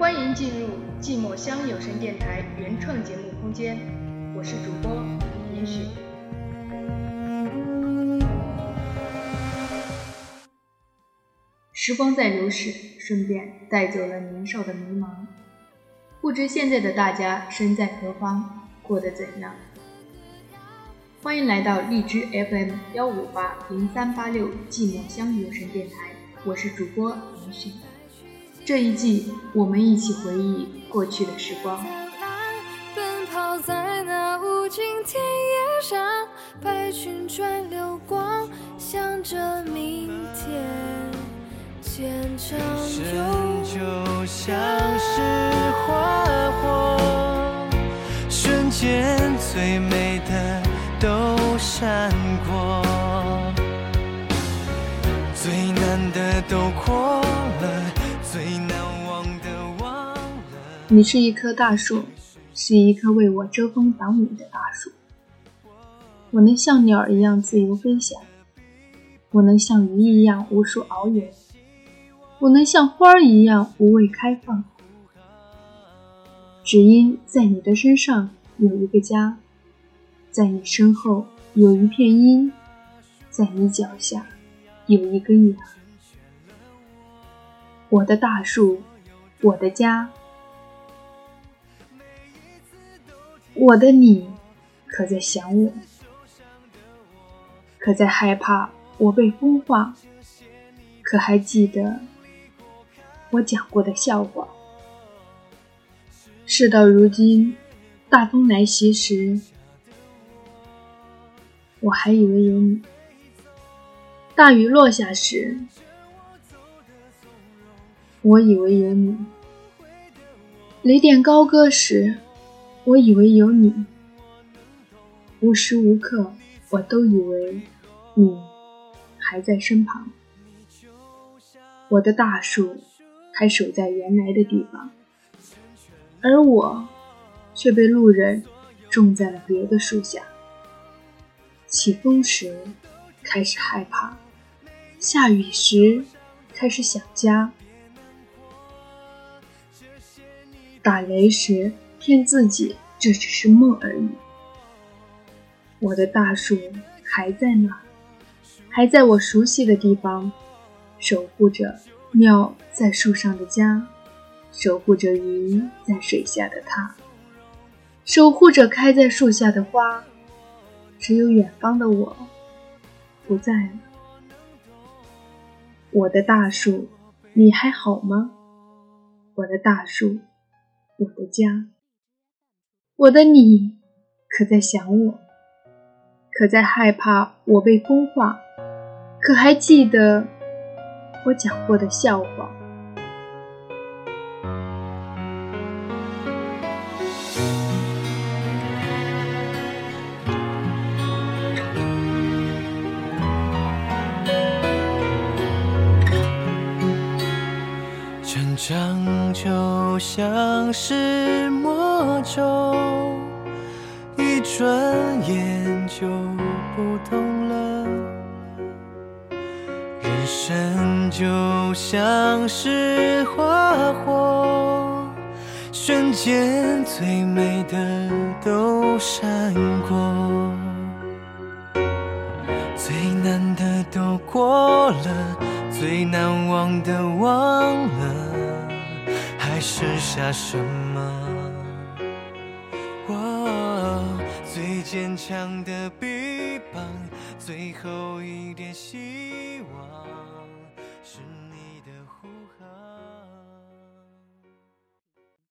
欢迎进入寂寞乡有声电台原创节目空间，我是主播严雪。时光在流逝，顺便带走了年少的迷茫。不知现在的大家身在何方，过得怎样？欢迎来到荔枝 FM1580386寂寞乡有声电台，我是主播严雪。这一季，我们一起回忆过去的时光。 奔跑在那无尽田野上，白裙转流光，向着明天牵长就像是花火，瞬间最美的都闪过，最难的都过了，最难忘的忘了。 你是一棵大树，是一棵为我遮风挡雨的大树。我能像鸟儿一样自由飞翔，我能像鱼一样无数遨游，我能像花儿一样无畏开放。只因在你的身上有一个家，在你身后有一片阴，在你脚下有一根芽。我的大树，我的家，我的你，可在想我？可在害怕我被风化？可还记得我讲过的笑话？事到如今，大风来袭时，我还以为有你；大雨落下时，我以为有你；雷电高歌时，我以为有你。无时无刻，我都以为你还在身旁。我的大树还守在原来的地方，而我却被路人种在了别的树下。起风时开始害怕，下雨时开始想家，打雷时骗自己这只是梦而已。我的大树还在那，还在我熟悉的地方，守护着鸟在树上的家，守护着鱼在水下的它，守护着开在树下的花。只有远方的我不在了。我的大树，你还好吗？我的大树，我的家，我的你，可在想我？可在害怕我被风化？可还记得我讲过的笑话？ 成长就像是魔咒，一转眼就不同了。人生就像是花火，瞬间最美的都闪过，最难的都过了，最难忘的忘了，还剩下什么？最坚强的臂膀，最后一点希望。